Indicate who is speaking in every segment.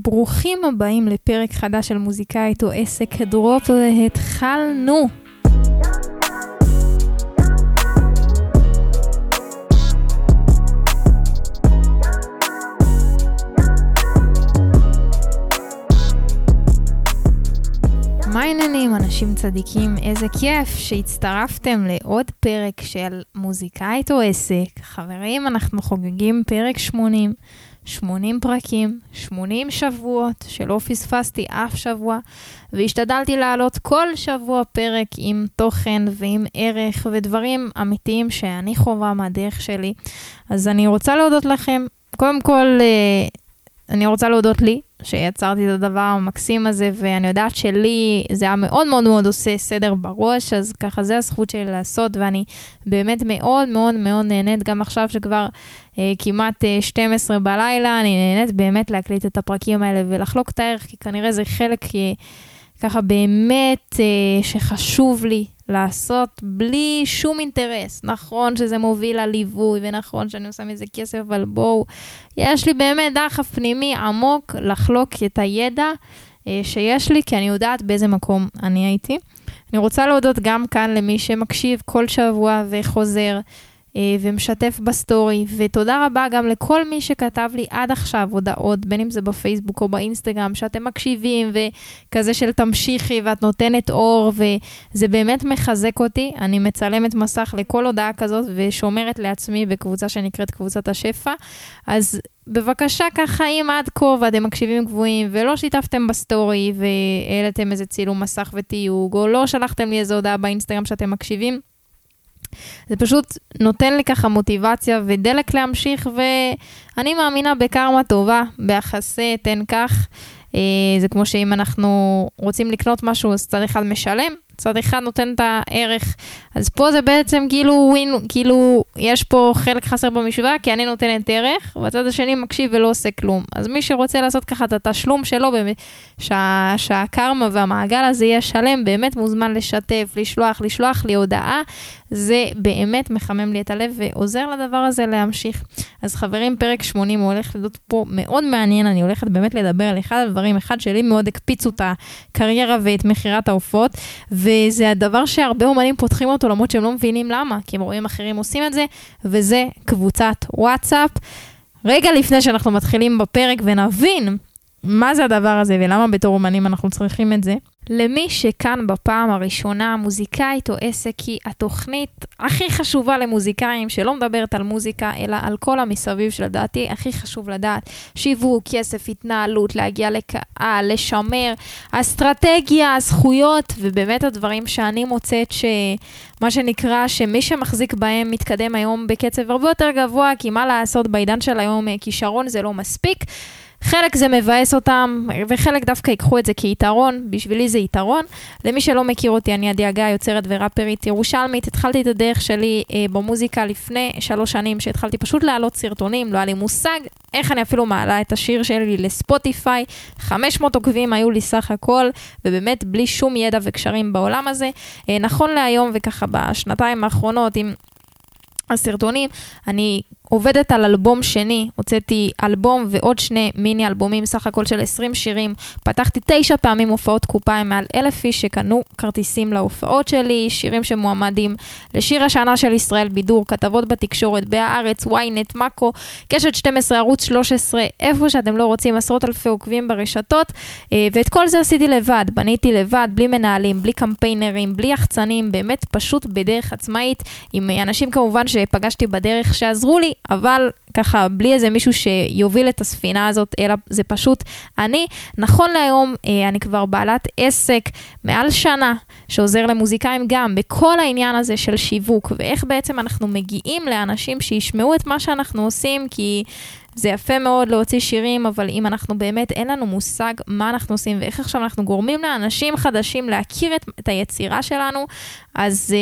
Speaker 1: ברוכים הבאים לפרק חדש של מוזיקאית או עסק דרופ, והתחלנו. מה העניינים אנשים צדיקים? איזה כיף שהצטרפתם לעוד פרק של מוזיקאית או עסק. חברים, אנחנו חוגגים פרק 80 פרקים, 80 שבועות שלא פספסתי אף שבוע, והשתדלתי לעלות כל שבוע פרק עם תוכן ועם ערך ודברים אמיתיים שאני חובה מהדרך שלי. אז אני רוצה להודות לכם. קודם כל, אני רוצה להודות לי שיצרתי את הדבר המקסים הזה, ואני יודעת שלי זה היה מאוד מאוד מאוד עושה סדר בראש, אז ככה זה הזכות שלי לעשות, ואני באמת מאוד מאוד מאוד נהנית, גם עכשיו שכבר כמעט 12 בלילה, אני נהנית באמת להקליט את הפרקים האלה ולחלוק את הערך, כי כנראה זה חלק ככה באמת שחשוב לי לעשות בלי שום אינטרס. נכון שזה מוביל לליווי, ונכון שאני עושה מזה כסף, אבל בואו, יש לי באמת דחף פנימי עמוק לחלוק את הידע שיש לי, כי אני יודעת באיזה מקום אני הייתי. אני רוצה להודות גם כאן למי שמקשיב כל שבוע וחוזר ומשתף בסטורי, ותודה רבה גם לכל מי שכתב לי עד עכשיו הודעות, בין אם זה בפייסבוק או באינסטגרם, שאתם מקשיבים וכזה של תמשיכי ואת נותנת אור, וזה באמת מחזק אותי. אני מצלמת מסך לכל הודעה כזאת ושומרת לעצמי בקבוצה שנקראת קבוצת השפע. אז בבקשה, ככה אם עד כה ואתם מקשיבים גבוהים ולא שיתפתם בסטורי והעליתם איזה צילום מסך ותיוג, או לא שלחתם לי איזו הודעה באינסטגרם שאתם מקשיבים, זה פשוט נותן לי ככה מוטיבציה ודלק להמשיך, ואני מאמינה בקרמה טובה, ביחסי תן כך. זה כמו שאם אנחנו רוצים לקנות משהו, אז צד אחד משלם, צד אחד נותן את הערך. אז פה זה בעצם כאילו יש פה חלק חסר במשוואה, כי אני נותנת ערך, והצד השני מקשיב ולא עושה כלום. אז מי שרוצה לעשות ככה את התשלום שלו, שהקרמה והמעגל הזה יהיה שלם, באמת מוזמן לשתף, לשלוח לי הודעה. זה באמת מחמם לי את הלב ועוזר לדבר הזה להמשיך. אז חברים, פרק 80 הוא הולך להיות פה מאוד מעניין. אני הולכת באמת לדבר על אחד הדברים, אחד שלי מאוד הקפיצו את הקריירה ואת מחירת ההופעות, וזה הדבר שהרבה אומנים פותחים אותו, למרות שהם לא מבינים למה, כי הם רואים אחרים עושים את זה, וזה קבוצת וואטסאפ. רגע לפני שאנחנו מתחילים בפרק ונבין מה זה הדבר הזה ולמה בתור אומנים אנחנו צריכים את זה, למי שכאן בפעם הראשונה, מוזיקאית או עסק היא התוכנית הכי חשובה למוזיקאים, שלא מדברת על מוזיקה, אלא על כל המסביב שלדעתי הכי חשוב לדעת. שיווק, כסף, התנהלות, להגיע לקהל, לשמר, אסטרטגיה, זכויות, ובאמת הדברים שאני מוצאת מה שנקרא, שמי שמחזיק בהם מתקדם היום בקצב הרבה יותר גבוה, כי מה לעשות בעידן של היום, כישרון זה לא מספיק. חלק זה מבאס אותם, וחלק דווקא ייקחו את זה כיתרון. בשבילי זה יתרון. למי שלא מכיר אותי, אני עדי הגה, יוצרת וראפרית ירושלמית. התחלתי את הדרך שלי במוזיקה לפני 3 שנים, שהתחלתי פשוט להעלות סרטונים, לא היה לי מושג איך אני אפילו מעלה את השיר שלי לספוטיפיי. 500 עוקבים היו לי סך הכל, ובאמת בלי שום ידע וקשרים בעולם הזה. נכון להיום וככה בשנתיים האחרונות עם הסרטונים, אני עובדת על אלבום שני, הוצאתי אלבום ועוד 2 מיני אלבומים, סך הכל של 20 שירים, פתחתי 9 פעמים הופעות קופה, עם מעל 1,000 איש שקנו כרטיסים להופעות שלי, שירים שמועמדים לשיר השנה של ישראל בידור, כתבות בתקשורת, בהארץ, וויינט, מקו, קשת 12, ערוץ 13, איפה שאתם לא רוצים, 10,000 עוקבים ברשתות, ואת כל זה עשיתי לבד, בניתי לבד, בלי מנהלים, בלי קמפיינרים, בלי יחצנים, באמת פשוט בדרך עצמאית, עם אנשים כמובן שפגשתי בדרך שעזרו לי, אבל ככה בלי איזה מישהו שיוביל את הספינה הזאת, אלא זה פשוט אני. נכון להיום אני כבר בעלת עסק מעל שנה שעוזר למוזיקאים גם בכל העניין הזה של שיווק, ואיך בעצם אנחנו מגיעים לאנשים שישמעו את מה שאנחנו עושים, כי זה יפה מאוד להוציא שירים, אבל אם אנחנו באמת אין לנו מושג מה אנחנו עושים ואיך עכשיו אנחנו גורמים לאנשים חדשים להכיר את היצירה שלנו, אז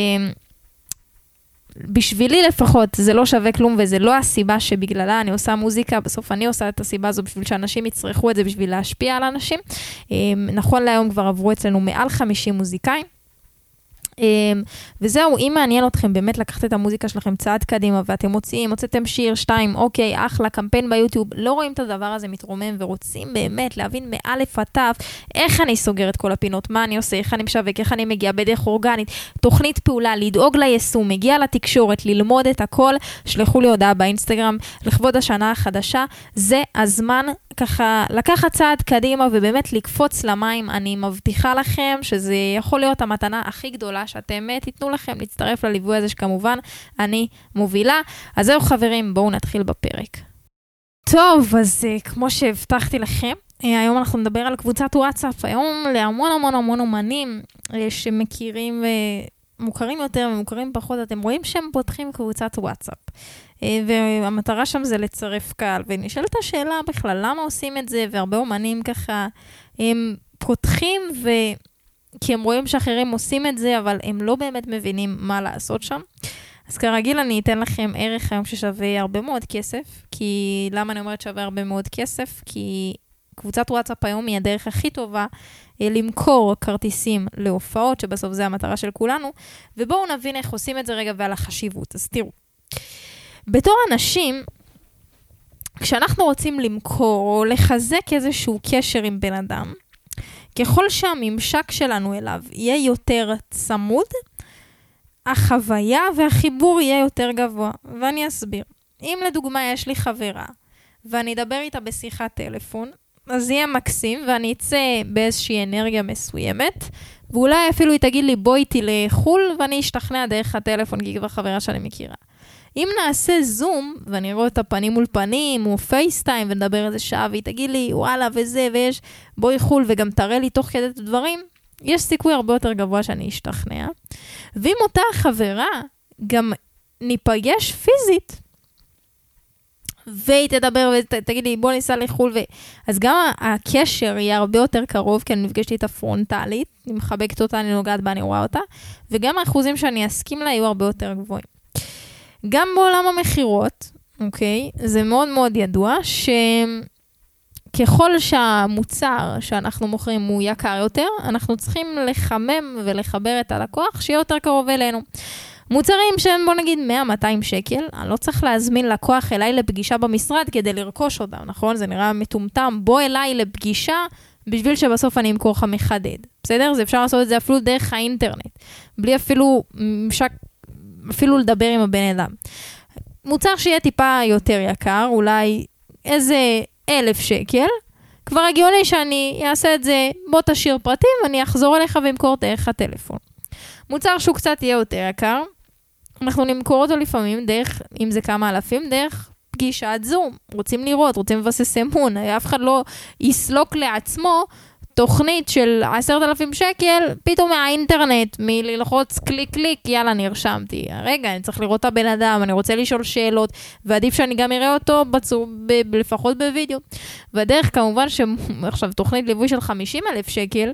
Speaker 1: בשבילי לפחות זה לא שווה כלום, וזה לא הסיבה שבגללה אני עושה מוזיקה. בסוף אני עושה את הסיבה הזו בשביל שאנשים יצרכו את זה, בשביל להשפיע על אנשים. נכון להיום כבר עברו אצלנו מעל 50 מוזיקאים, וזהו, אם מעניין אתכם באמת לקחת את המוזיקה שלכם צעד קדימה, ואתם הוצאתם שיר, 2, אוקיי, אחלה, קמפיין ביוטיוב, לא רואים את הדבר הזה מתרומם, ורוצים באמת להבין מאלף עד תף, איך אני סוגרת כל הפינות, מה אני עושה, איך אני משווק, איך אני מגיע בדרך אורגנית, תוכנית פעולה, לדאוג ליישום, מגיע לתקשורת, ללמוד את הכל, שלחו לי הודעה באינסטגרם, לכבוד השנה החדשה, זה הזמן ככה לקחת צעד קדימה ובאמת לקפוץ למים. אני מבטיחה לכם שזה יכול להיות המתנה הכי גדולה שאתם תיתנו לכם להצטרף לליווי הזה שכמובן אני מובילה. אז זהו חברים, בואו נתחיל בפרק. טוב, אז כמו שהבטחתי לכם, היום אנחנו נדבר על קבוצת וואטסאפ. היום להמון המון המון אומנים שמכירים מוכרים יותר ומוכרים פחות, אתם רואים שהם פותחים קבוצת וואטסאפ. והמטרה שם זה לצרף קהל, ונשאלת השאלה בכלל, למה עושים את זה? והרבה אומנים ככה, הם פותחים, כי הם רואים שאחרים עושים את זה, אבל הם לא באמת מבינים מה לעשות שם. אז כרגיל אני אתן לכם ערך היום ששווה הרבה מאוד כסף, כי למה אני אומרת שווה הרבה מאוד כסף? כי קבוצת וואטסאפ היום היא הדרך הכי טובה למכור כרטיסים להופעות, שבסוף זה המטרה של כולנו, ובואו נבין איך עושים את זה רגע ועל החשיבות. אז תראו, בתור אנשים, כשאנחנו רוצים למכור או לחזק איזשהו קשר עם בן אדם, ככל שהממשק שלנו אליו יהיה יותר צמוד, החוויה והחיבור יהיה יותר גבוה. ואני אסביר. אם לדוגמה יש לי חברה, ואני אדבר איתה בשיחת טלפון, אז יהיה מקסים, ואני אצא באיזושהי אנרגיה מסוימת, ואולי אפילו היא תגיד לי בואי איתי לחול, ואני אשתכנע דרך הטלפון, כי כבר חברה שאני מכירה. אם נעשה זום, ואני רואה את הפנים מול פנים, או פייסטיים, ונדבר איזה שעה, והיא תגיד לי, וואלה, וזה, ויש, בואי חול, וגם תראה לי תוך כדי את הדברים, יש סיכוי הרבה יותר גבוה שאני אשתכנע. ואם אותה חברה, גם ניפגש פיזית, והיא תדבר ותגיד לי, בוא ניסע לחול, אז גם הקשר יהיה הרבה יותר קרוב, כי אני נפגשתי איתה פרונטלית, אני מחבקת אותה, אני נוגעת בה, אני רואה אותה, וגם האחוזים שאני אסכים לה יהיו הרבה יותר גבוהים. גם בעולם המחירות, אוקיי, זה מאוד מאוד ידוע, שככל שהמוצר שאנחנו מוכרים הוא יקר יותר, אנחנו צריכים לחמם ולחבר את הלקוח שיהיה יותר קרוב אלינו. מוצרים שהם בוא נגיד 100-200 שקל, אני לא צריך להזמין לקוח אליי לפגישה במשרד כדי לרכוש אותם, נכון? זה נראה מטומטם, בוא אליי לפגישה בשביל שבסוף אני אמכור לך מחדד. בסדר? זה אפשר לעשות את זה אפילו דרך האינטרנט, בלי אפילו ממשק, אפילו לדבר עם הבן אדם. מוצר שיהיה טיפה יותר יקר, אולי איזה 1,000 שקל, כבר הגיוני שאני אעשה את זה, בוא תשאיר פרטים, ואני אחזור אליך ואמכור דרך הטלפון. מוצר שהוא קצת יהיה יותר יקר, אנחנו נמכור אותו לפעמים דרך, אם זה כמה אלפים, דרך פגישת זום. רוצים לראות, רוצים לבסס אמון, אף אחד לא יסלוק לעצמו תוכנית של 10,000 שקל, פתאום מהאינטרנט, מללחוץ קליק קליק, יאללה נרשמתי. רגע, אני צריך לראות את הבן אדם, אני רוצה לשאול שאלות, ועדיף שאני גם אראה אותו לפחות בווידאו. והדרך כמובן שעכשיו תוכנית ליווי של 50,000 שקל,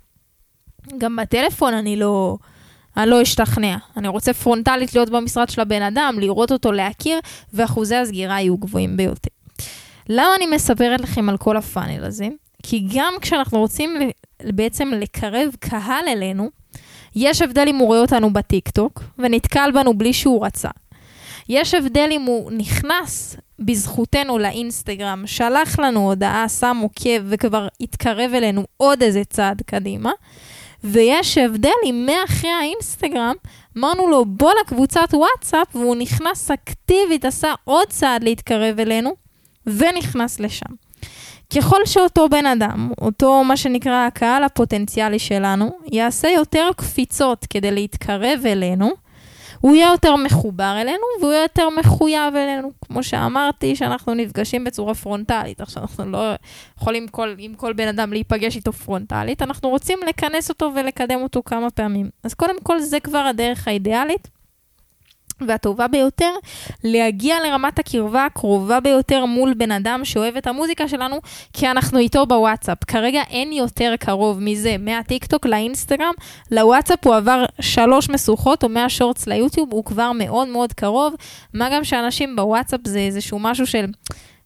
Speaker 1: גם בטלפון אני לא אשתכנע. אני רוצה פרונטלית להיות במשרד של הבן אדם, לראות אותו, להכיר, ואחוזי הסגירה יהיו גבוהים ביותר. למה אני מספרת לכם על כל הפאנל הזה? כי גם כשאנחנו רוצים בעצם לקרב קהל אלינו, יש הבדל אם הוא רואה אותנו בטיקטוק, ונתקל בנו בלי שהוא רצה. יש הבדל אם הוא נכנס בזכותנו לאינסטגרם, שלח לנו הודעה, שם עוקב, וכבר התקרב אלינו עוד איזה צעד קדימה, ויש הבדל אם מאחרי האינסטגרם, אמרנו לו בוא לקבוצת וואטסאפ, והוא נכנס אקטיבית, עשה עוד צעד להתקרב אלינו, ונכנס לשם. ככל שאותו בן אדם, אותו מה שנקרא הקהל הפוטנציאלי שלנו, יעשה יותר קפיצות כדי להתקרב אלינו, הוא יהיה יותר מחובר אלינו, והוא יהיה יותר מחויב אלינו. כמו שאמרתי, שאנחנו נפגשים בצורה פרונטלית. עכשיו אנחנו לא יכולים עם כל בן אדם להיפגש איתו פרונטלית, אנחנו רוצים לכנס אותו ולקדם אותו כמה פעמים. אז קודם כל זה כבר הדרך האידיאלית, והטובה ביותר, להגיע לרמת הקרבה הקרובה ביותר מול בן אדם שאוהב את המוזיקה שלנו, כי אנחנו איתו בוואטסאפ. כרגע אין יותר קרוב מזה, מהטיקטוק לאינסטגרם, לוואטסאפ הוא עבר 3 משוכות, או מהשורטס ליוטיוב, הוא כבר מאוד מאוד קרוב, מה גם שאנשים בוואטסאפ זה איזשהו משהו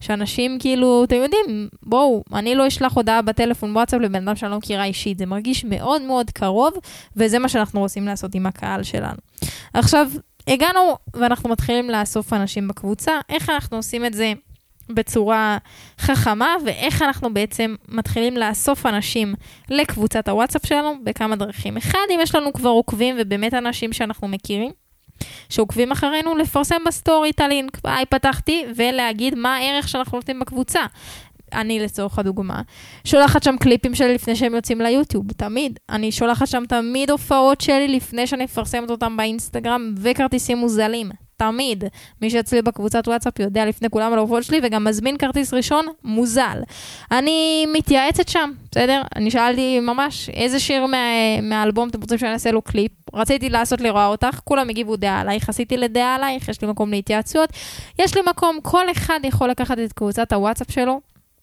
Speaker 1: שאנשים כאילו, אתם יודעים, בואו, אני לא אשלח הודעה בטלפון בוואטסאפ לבן אדם שאני לא מכירה אישית, זה מרגיש מאוד מאוד קרוב, וזה מה שאנחנו רוצים לעשות עם הקהל שלנו. עכשיו, הגענו ואנחנו מתחילים לאסוף אנשים בקבוצה, איך אנחנו עושים את זה בצורה חכמה, ואיך אנחנו בעצם מתחילים לאסוף אנשים לקבוצת הוואטסאפ שלנו, בכמה דרכים. אחד, אם יש לנו כבר עוקבים, ובאמת אנשים שאנחנו מכירים, שעוקבים אחרינו, לפרסם בסטורי את הלינק, ביי, פתחתי, ולהגיד מה הערך שאנחנו נותנים בקבוצה. אני לצורך הדוגמה, שולחת שם קליפים שלי לפני שהם יוצאים ליוטיוב, תמיד. אני שולחת שם תמיד הופעות שלי לפני שאני מפרסמת אותם באינסטגרם, וכרטיסים מוזלים. תמיד. מי שאצלי בקבוצת וואטסאפ יודע לפני כולם על ההופעות שלי, וגם מזמין כרטיס ראשון מוזל. אני מתייעצת שם, בסדר? אני שאלתי ממש איזה שיר מהאלבום אתם רוצים שאני אעשה לו קליפ. רציתי לעשות לראה אותך, כולם הגיבו דעה עלייך, עשיתי לדעה עלייך, יש לי מקום להתייעצויות. יש לי מקום, כל אחד יכול לקחת את קבוצת הוואטסאפ שלו,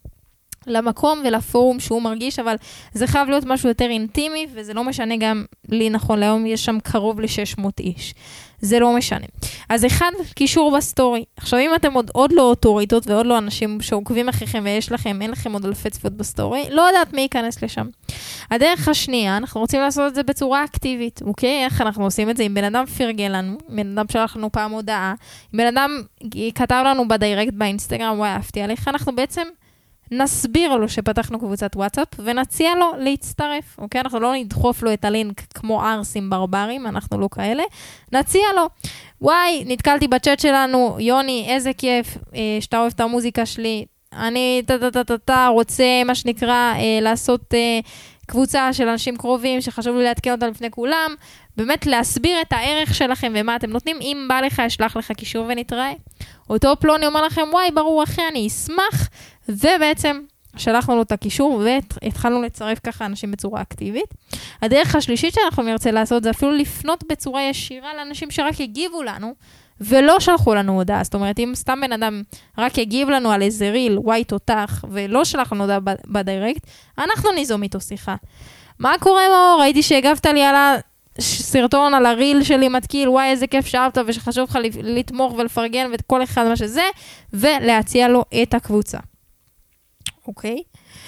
Speaker 1: למקום ולפורום שהוא מרגיש, אבל זה חייב להיות משהו יותר אינטימי, וזה לא משנה גם לי נכון להיום, יש שם קרוב ל-600 איש. זה לא משנה. אז אחד, קישור בסטורי. עכשיו, אם אתם עוד לא אוטוריטות, ועוד לא אנשים שעוקבים אחריכם ויש לכם, אין לכם עוד אלפי צפיות בסטורי, לא יודעת מי ייכנס לשם. הדרך השנייה, אנחנו רוצים לעשות את זה בצורה אקטיבית, אוקיי? איך אנחנו עושים את זה? אם בן אדם פרגן לנו, בן אדם שלח לנו פעם הודעה, אם בן אדם כתב לנו בדיירקט באינסטגרם, וואי, אהבתי עליך, אנחנו בעצם נסביר לו שפתחנו קבוצת וואטסאפ, ונציע לו להצטרף, אוקיי? אנחנו לא נדחוף לו את הלינק כמו ארסים ברברים, אנחנו לא כאלה. נציע לו, וואי, נתקלתי בצ'אט שלנו, יוני, איזה כיף, שאתה אוהב את המוזיקה שלי, אני רוצה, מה שנקרא, לעשות קבוצה של אנשים קרובים, שחשוב לי להתקן אותה לפני כולם, באמת להסביר את הערך שלכם ומה אתם נותנים, אם בא לך, אשלח לך קישור ונתראה. אותו פלוני אומר לכם, וואי, ברור אחי, אני אשמח, ובעצם שלחנו לו את הקישור, והתחלנו לצרף ככה אנשים בצורה אקטיבית. הדרך השלישית שאנחנו נרצה לעשות, זה אפילו לפנות בצורה ישירה לאנשים שרק הגיבו לנו, ולא שלחו לנו הודעה. זאת אומרת, אם סתם בן אדם רק הגיב לנו על איזה ריל, וואי תותח, ולא שלח לנו הודעה בדיירקט, אנחנו ניזום איתו שיחה. מה קורה מאור? ראיתי שהגבת לי על סרטון על הריל שלי מתקיל, וואי איזה כיף שאהבת ושחשוב לך לתמוך ולפרגן ואת כל אחד מה שזה, ולהציע לו את הקבוצה. אוקיי?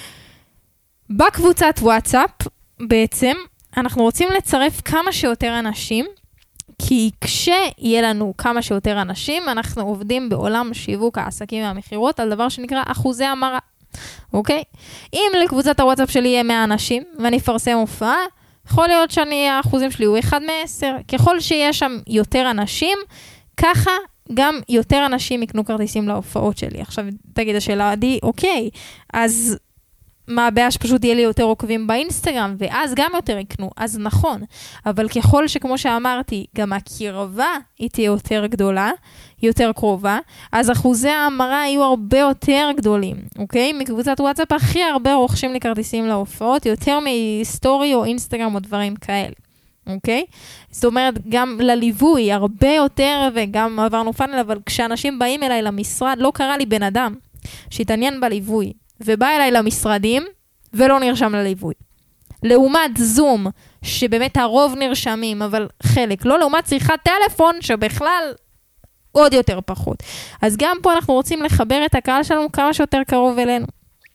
Speaker 1: בקבוצת וואטסאפ בעצם אנחנו רוצים לצרף כמה שיותר אנשים, כי כשיהיה לנו כמה שיותר אנשים, אנחנו עובדים בעולם שיווק העסקים והמחירות על דבר שנקרא אחוזי המרה. אוקיי? אם לקבוצת הוואטסאפ שלי יהיה 100 אנשים ואני אפרסם הופעה, יכול להיות האחוזים שלי הוא 1 מ-10. ככל שיש שם יותר אנשים, ככה גם יותר אנשים יקנו כרטיסים להופעות שלי. עכשיו תגיד השאלה, עדי, אוקיי, אז מה הבעיה שפשוט יהיה לי יותר עוקבים באינסטגרם, ואז גם יותר יקנו, אז נכון. אבל ככל שכמו שאמרתי, גם הקרבה היא תהיה יותר גדולה, יותר קרובה, אז אחוזי ההמרה יהיו הרבה יותר גדולים, אוקיי? מקבוצת וואטסאפ הכי הרבה רוכשים לי כרטיסים להופעות, יותר מסטורי או אינסטגרם או דברים כאלה. אוקיי? זאת אומרת, גם לליווי הרבה יותר, וגם עברנו פאנל, אבל כשאנשים באים אליי למשרד, לא קרה לי בן אדם שהתעניין בליווי, ובא אליי למשרדים, ולא נרשם לליווי. לעומת זום, שבאמת הרוב נרשמים, אבל חלק, לא לעומת שיחת טלפון, שבכלל עוד יותר פחות. אז גם פה אנחנו רוצים לחבר את הקהל שלנו כמה שיותר קרוב אלינו.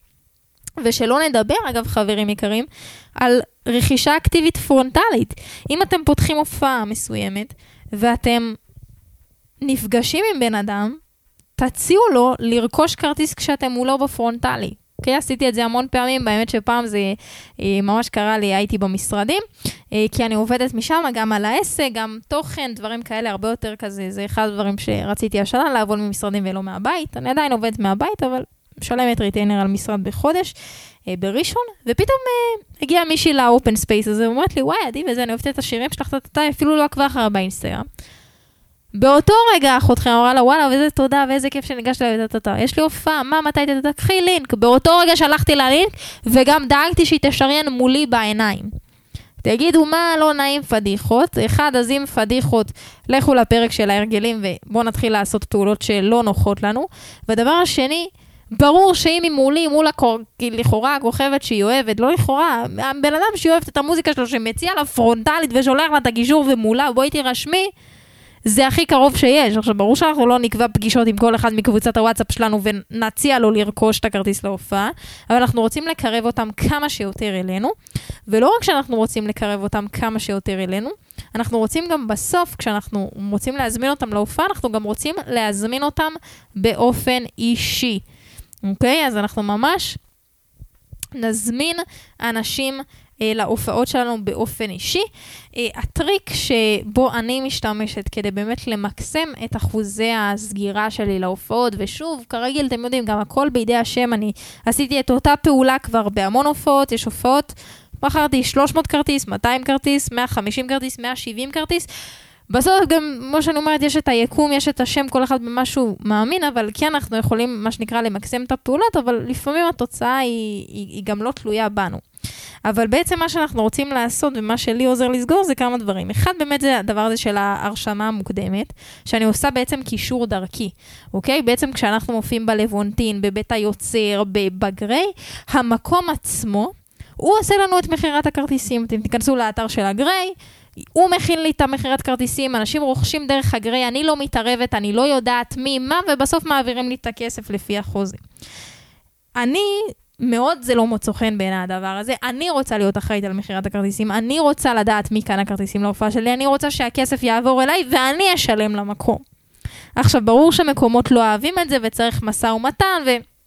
Speaker 1: ושלא נדבר, אגב, חברים יקרים, על רכישה אקטיבית פרונטלית. אם אתם פותחים הופעה מסוימת, ואתם נפגשים עם בן אדם, תציעו לו לרכוש כרטיס כשאתם מולו בפרונטלי. אוקיי? עשיתי את זה המון פעמים, באמת שפעם זה ממש קרה לי, הייתי במשרדים, כי אני עובדת משם, גם על העסק, גם תוכן, דברים כאלה, הרבה יותר כזה, זה אחד הדברים שרציתי השנה, לעבוד ממשרדים ולא מהבית. אני עדיין עובדת מהבית, אבל משלמת ריטיינר על משרד בחודש, בראשון, ופתאום הגיע מישהי לאופן ספייס הזה, ואומרת לי, וואי, עדי, וזה, אני אוהבת את השירים שלך, אפילו לא עקבה אחריה באינסטגרם. באותו רגע אחותכם אמרה לה, וואלה, ואיזה תודה, ואיזה כיף שניגשת לה, יש לי הופעה, מתי תקחי לינק? באותו רגע שלחתי לה לינק, וגם דאגתי שהיא תשריין מולי בעיניים. תגידו, מה לא נעים פדיחות? אחד, אז אם פדיחות, לכו לפרק של ההרגלים, ובואו נתחיל לעשות פעולות שלא נוחות לנו. והדבר השני, ברור שאם היא מולי, לכאורה כוכבת שהיא אוהבת, לא לכאורה, בן אדם שהיא אוהבת את המוזיקה שלו, שמציע לה פרונטלית ושולח לה את הגישור ומולה, בואי תירשמי, זה הכי קרוב שיש. עכשיו, ברור שאנחנו לא נקבע פגישות עם כל אחד מקבוצת הוואטסאפ שלנו, ונציע לו לרכוש את הכרטיס להופעה, אבל אנחנו רוצים לקרב אותם כמה שיותר אלינו, ולא רק שאנחנו רוצים לקרב אותם כמה שיותר אלינו, אנחנו רוצים גם בסוף, כשאנחנו רוצים להזמין אותם להופעה, אנחנו גם רוצים להזמין אותם באופן אישי. אוקיי? אז אנחנו ממש נזמין אנשים להופעות שלנו באופן אישי. הטריק שבו אני משתמשת כדי באמת למקסם את אחוזי הסגירה שלי להופעות, ושוב, כרגיל, אתם יודעים, גם הכל בידי השם, אני עשיתי את אותה פעולה כבר בהמון הופעות, יש הופעות, בחרתי 300 כרטיס, 200 כרטיס, 150 כרטיס, 170 כרטיס, בסוף גם, כמו שאני אומרת, יש את היקום, יש את השם, כל אחד במשהו מאמין, אבל כן אנחנו יכולים, מה שנקרא, למקסם את הפעולות, אבל לפעמים התוצאה היא גם לא תלויה בנו. אבל בעצם מה שאנחנו רוצים לעשות, ומה שלי עוזר לסגור, זה כמה דברים. אחד באמת זה הדבר הזה של ההרשמה המוקדמת, שאני עושה בעצם קישור דרכי, אוקיי? בעצם כשאנחנו מופיעים בלוונטין, בבית היוצר, בגרי, המקום עצמו, הוא עושה לנו את מחירת הכרטיסים. אתם תיכנסו לאתר של הגרי, הוא מכין לי את המחירת כרטיסים, אנשים רוכשים דרך הגרי, אני לא מתערבת, אני לא יודעת מה, ובסוף מעבירים לי את הכסף לפי החוזה. מאוד זה לא מוצא חן בין הדבר הזה, אני רוצה להיות אחראית על מחירת הכרטיסים, אני רוצה לדעת מי כאן הכרטיסים להופעה שלי, אני רוצה שהכסף יעבור אליי, ואני אשלם למקום. עכשיו, ברור שמקומות לא אוהבים את זה, וצריך משא ומתן,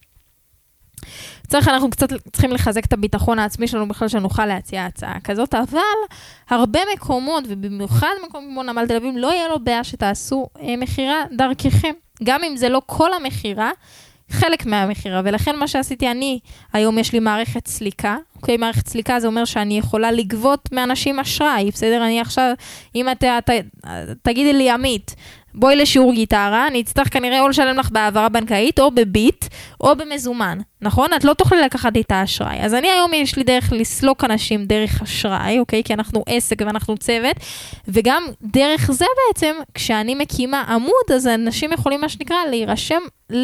Speaker 1: אנחנו קצת צריכים לחזק את הביטחון העצמי שלנו בכלל שנוכל להציע הצעה כזאת, אבל הרבה מקומות, ובמיוחד מקום כמו נמל תל אביב, לא יהיה לו בעיה שתעשו מחירה דרככם. גם אם זה לא כל המחירה, חלק מהמחירה. ולכן מה שעשיתי אני, היום יש לי מערכת סליקה. אוקיי, מערכת סליקה זה אומר שאני יכולה לגבות מאנשים אשראי. בסדר? אני עכשיו, אם תגידי לי עמית, בואי לשיעור גיטרה, אני אצטרך כנראה או לשלם לך בעברה בנקאית, או בביט, או במזומן. נכון? את לא תוכלי לקחת את האשראי. אז היום יש לי דרך לסלוק אנשים דרך אשראי, אוקיי? כי אנחנו עסק ואנחנו צוות, וגם דרך זה בעצם, כשאני מקימה עמוד, אז אנשים יכולים מה שנקרא להירשם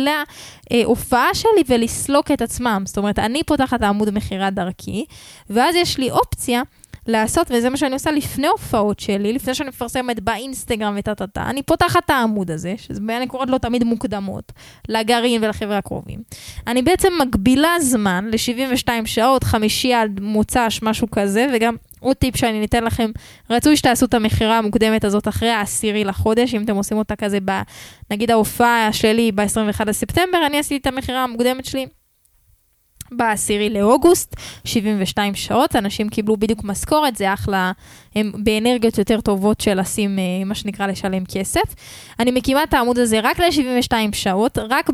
Speaker 1: להופעה שלי ולסלוק את עצמם. זאת אומרת, אני פותחת העמוד מחירה דרכי, ואז יש לי אופציה לעשות, וזה מה שאני עושה לפני הופעות שלי, לפני שאני מפרסמת באינסטגרם וטטטה, אני פותחת את העמוד הזה, שאני קוראת לו תמיד מוקדמות, לגרעין ולחבר'ה הקרובים. אני בעצם מגבילה זמן ל-72 שעות, 5 עד מוצ"ש, משהו כזה, וגם עוד טיפ שאני ניתן לכם, רצוי שתעשו את המחירה המוקדמת הזאת אחרי ה10 לחודש, אם אתם עושים אותה כזה, נגיד ההופעה שלי ב-21 לספטמבר, אני עשיתי את המחירה המוקדמת שלי, ב10 לאוגוסט, 72 שעות, אנשים קיבלו בדיוק משכורת, זה אחלה, הם באנרגיות יותר טובות של לשים, מה שנקרא לשלם כסף. אני מקימה את העמוד הזה רק ל-72 שעות, רק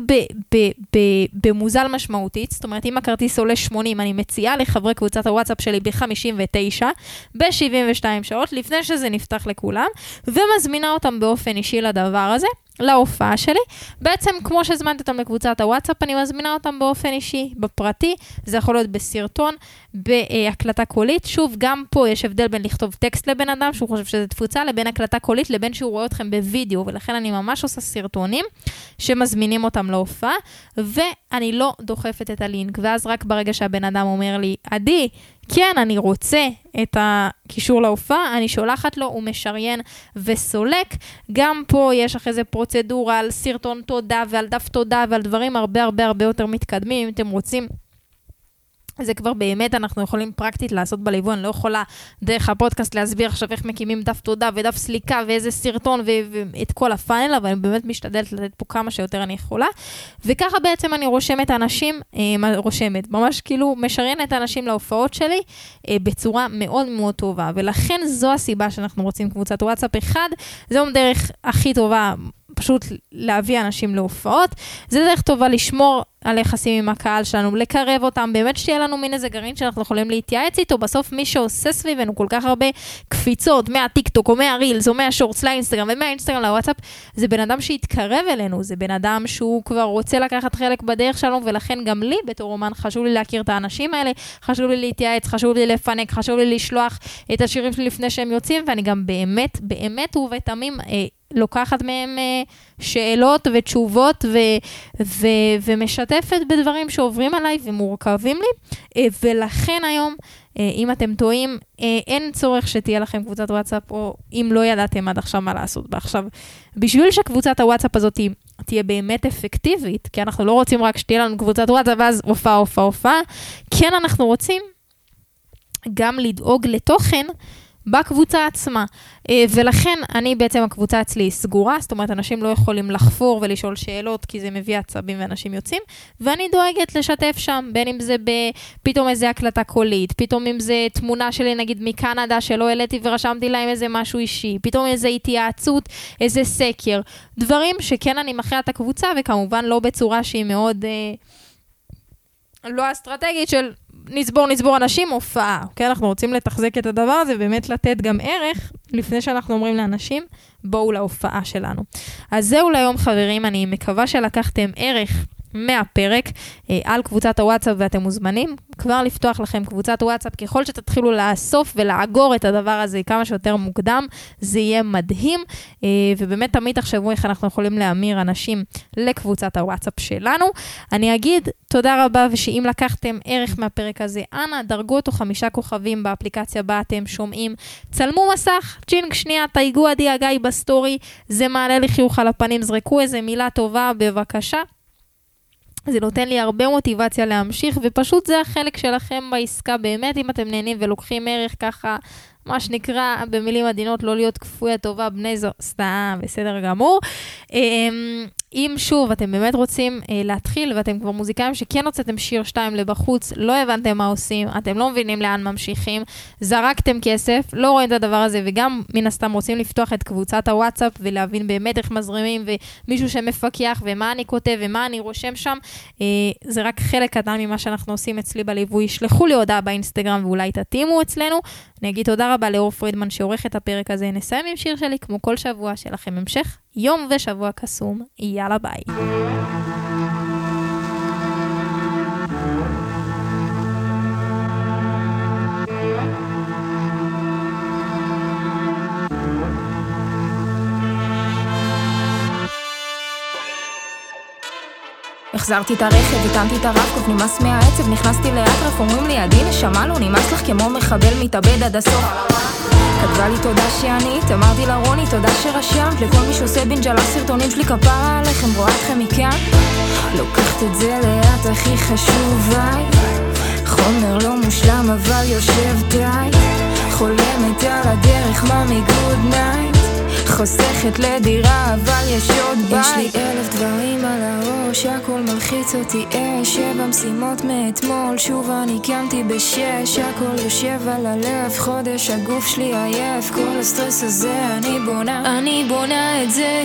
Speaker 1: במוזל משמעותית, זאת אומרת, אם הכרטיס עולה 80, אני מציעה לחברי קבוצת הוואטסאפ שלי ב-59, ב-72 שעות, לפני שזה נפתח לכולם, ומזמינה אותם באופן אישי לדבר הזה, להופעה שלי. בעצם כמו שהזמנתי אותם לקבוצת הוואטסאפ, אני מזמינה אותם באופן אישי, בפרטי, זה יכול להיות בסרטון, בהקלטה קולית. שוב, גם פה יש הבדל בין לכתוב טקסט לבן אדם, שהוא חושב שזה תפוצה, לבין הקלטה קולית, לבין שהוא רואה אתכם בווידאו, ולכן אני ממש עושה סרטונים, שמזמינים אותם להופעה, ואני לא דוחפת את הלינק, ואז רק ברגע שהבן אדם אומר לי, עדי, כן, אני רוצה את הקישור להופעה, אני שולחת לו, הוא משריין וסולק. גם פה יש אחרי זה פרוצדורה על סרטון תודה ועל דף תודה ועל דברים הרבה יותר מתקדמים, אם אתם רוצים. זה כבר באמת אנחנו יכולים פרקטית לעשות בליווי, אני לא יכולה דרך הפודקאסט להסביר עכשיו איך מקימים דף תודה ודף סליקה ואיזה סרטון ואת כל הפאנל, אבל אני באמת משתדלת לתת פה כמה שיותר אני יכולה, וככה בעצם אני רושמת אנשים, ממש כאילו משריינת אנשים להופעות שלי בצורה מאוד מאוד טובה, ולכן זו הסיבה שאנחנו רוצים קבוצת וואטסאפ אחד, זו דרך הכי טובה, פשוט להביא אנשים להופעות, זה דרך טובה לשמור על יחסים עם הקהל שלנו, לקרב אותם, באמת שתהיה לנו מין איזה גרעין שאנחנו יכולים להתייעץ איתו, בסוף מי שעושה סביבנו כל כך הרבה קפיצות, מהטיקטוק או מהרילס או מהשורטס לאינסטגרם ומהאינסטגרם לוואטסאפ, זה בן אדם שיתקרב אלינו, זה בן אדם שהוא כבר רוצה לקחת חלק בדרך שלנו, ולכן גם לי בתור אומן חשוב לי להכיר את האנשים האלה, חשוב לי להתייעץ, חשוב לי לפנק, חשוב לי לשלוח את השירים שלי לפני שהם יוצאים, ואני גם באמת ובתמים לוקחת מהם שאלות ותשובות ומשתפת בדברים שעוברים עליי ומורכבים לי, ולכן היום אם אתם טועים, אין צורך שתהיה לכם קבוצת וואטסאפ, או אם לא ידעתם עד עכשיו מה לעשות בה. עכשיו, בשביל שקבוצת הוואטסאפ הזאת תהיה באמת אפקטיבית, כי אנחנו לא רוצים רק שתהיה לנו קבוצת וואטסאפ, ואז הופעה, כן אנחנו רוצים גם לדאוג לתוכן בקבוצה עצמה. ולכן בעצם הקבוצה אצלי סגורה, זאת אומרת אנשים לא יכולים לחפור ולשאול שאלות, כי זה מביא עצבים ואנשים יוצאים, ואני דואגת לשתף שם, בין אם זה פתאום איזה הקלטה קולית, פתאום אם זה תמונה שלי נגיד מקנדה שלא העליתי ורשמתי להם איזה משהו אישי, פתאום איזה התייעצות, איזה סקר, דברים שכן אני מכירה את הקבוצה, וכמובן לא בצורה שהיא מאוד לא אסטרטגית של נצבור אנשים, הופעה. אוקיי? אנחנו רוצים לתחזק את הדבר הזה, באמת לתת גם ערך, לפני שאנחנו אומרים לאנשים, בואו להופעה שלנו. אז זהו להיום חברים, אני מקווה שלקחתם ערך מהפרק על קבוצת הוואטסאפ ואתם מוזמנים כבר לפתוח לכם קבוצת וואטסאפ, ככל שתתחילו לאסוף ולאגור את הדבר הזה כמה שיותר מוקדם, זה יהיה מדהים, ובאמת תמיד תחשבו איך אנחנו יכולים להמיר אנשים לקבוצת הוואטסאפ שלנו. אני אגיד תודה רבה, ושאם לקחתם ערך מהפרק הזה, אנא דרגו אותו 5 כוכבים באפליקציה בה אתם שומעים, צלמו מסך, צ'ינק שנייה, תייגו עדי הגיא בסטורי, זה מעלה לי חיוך על הפנים, זרקו איזה מילה טובה בבקשה, זה נותן לי הרבה מוטיבציה להמשיך, ופשוט זה החלק שלכם בעסקה באמת, אם אתם נהנים ולוקחים ערך ככה, מה שנקרא במילים עדינות, לא להיות כפוי טובה, בני זו, סתם, בסדר גמור. אם שוב אתם באמת רוצים להתחיל, ואתם כבר מוזיקאים שכן הוצאתם שיר 2 לבחוץ, לא הבנתם מה עושים, אתם לא מבינים לאן ממשיכים, זרקתם כסף, לא רואים את הדבר הזה, וגם מן הסתם רוצים לפתוח את קבוצת הוואטסאפ, ולהבין באמת איך מזרימים, ומישהו שמפקח, ומה אני כותב, ומה אני רושם שם, זה רק חלק קטן ממה שאנחנו עושים אצלי בליווי, שלחו לי הודעה באינסטגרם, ואולי תתאימו אצלנו. אני אגיד תודה רבה לאור פרידמן שעורך את הפרק הזה, נסיים עם שיר שלי כמו כל שבוע, שלכם המשך יום ושבוע קסום, יאללה ביי.
Speaker 2: החזרתי את הרכב, הטענתי את הרב-קוף, נמאס מהעצב, נכנסתי לאטרף, אומרים לי, עדי נשמה לו, נמאס לך כמו מחבל מתאבד עד הסוף. כתבה לי תודה שענית, אמרתי לה רוני תודה שרשמת, לכל מי שעושה בינג'לה סרטונים שלי כפרה עליכם, רואה אתכם מכאן, לוקחת את זה לאט הכי חשוב, חומר לא מושלם אבל יושב די, חולמת על הדרך ממי גוד נייט, חוסכת לדירה אבל יש עוד בית, יש לי 1000 דברים על הראש, הכל מלחיץ אותי אש, 7 משימות מאתמול, שוב אני קמתי ב6, הכל יושב על הלב, חודש הגוף שלי עייף, כל הסטרס הזה אני בונה את זה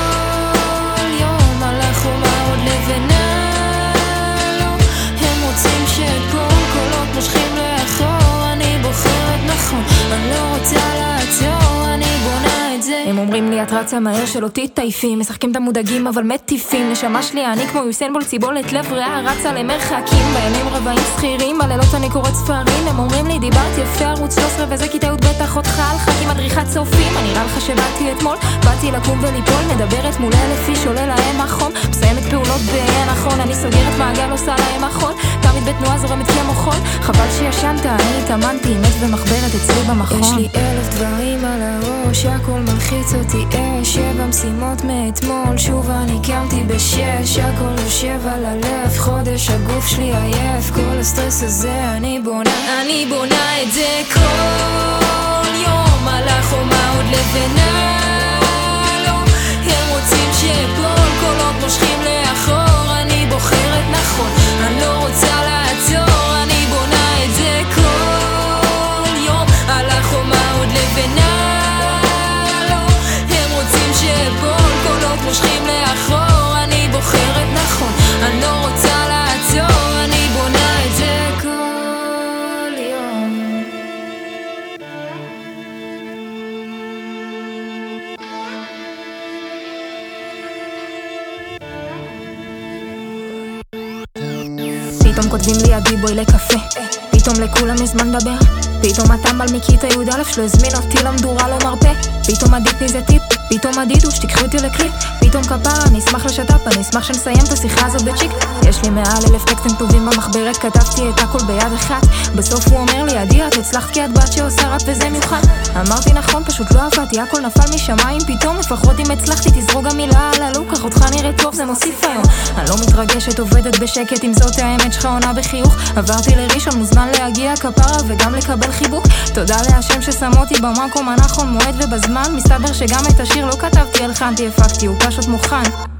Speaker 2: כל יום, על החומה עוד לבנה לא, הם רוצים שכל קולות מושכים לאחור, אני בוחרת נכון, אני לא רוצה לעצור, אני בונה את זה. הם אומרים לי את רצה מהר שלא תתעייפים, משחקים את המודאגים אבל מטיפים, נשמה שלי אני כמו יוסיין בולט ציבולת לב ריאה, רצה למרחקים בימים רבעים שכירים, בלילות אני קוראת ספרים, הם אומרים לי דיברת יפה ערוץ 13 וזה כיתה י' בטח אותך על חכים מדריכת צופים, אני נראה לך שבאתי אתמול, באתי לקום וליפול, מדברת מול 1000 איש עולה להם החום, מסיימת פעולות נכון, אני סוגרת מעגל עושה להם החול, תמיד בתנועה זורמת כמו חול, חבל שישנת, אני התאמנתי מת ומחברת אצלי במכון, יש לי 1000 דברים על הראש, הכל מלחיץ אותי אש, 7 משימות מאתמול, שוב אני קמתי ב6, הכל יושב על הלב, חודש הגוף שלי עייף, כל הסטרס הזה אני בונה את זה כל יום, על החומה עוד לבנה לא, הם רוצים שכל קולות מושכים לאחור, אני בוחרת נכון, אני לא רוצה לעצור, אני בונה את זה כל יום, על החומה עוד לבנה שכל קולות מושכים לאחור, אני בוחרת נכון, אני לא רוצה לעצור, אני בונה את זה כל יום. פתאום כותבים לי עדי בואי לקפה, פתאום לכולם יש זמן לדבר, פתאום הטמבל מכיתה י' שלא הזמין אותי למדורה לא מרפא, פתאום עדית לי זה טיפ, פתאום עדידו שתקחו אותי לקליפ, פתאום כפרה, אני אשמח לשתף, אני אשמח שנסיים את השיחה הזאת בצ'יק. יש לי 100,000 טקסטים טובים במחברת, כתבתי את הכל ביד אחת. בסוף הוא אומר לי, עדי, את הצלחת כי את בת שעושה רב וזה מיוחד. אמרתי נכון, פשוט לא עבדתי, הכל נפל משמיים פתאום. לפחות אם הצלחתי, תזרוק גם מילה על הלוק, קח אותך נראה טוב, זה מוסיף היום. אני לא מתרגשת, עובדת בשקט, אם זאת האמת שלך עונה בחיוך. עברתי לראשון, מוזמן להגיע כפרה וגם לקבל חיבוק. תודה להשם ששם אותי במקום הנכון, מועד ובזמן. מסתבר שגם את השיר לא כתבתי, הלחנתי, הפקתי, הוא פשוט מוכן.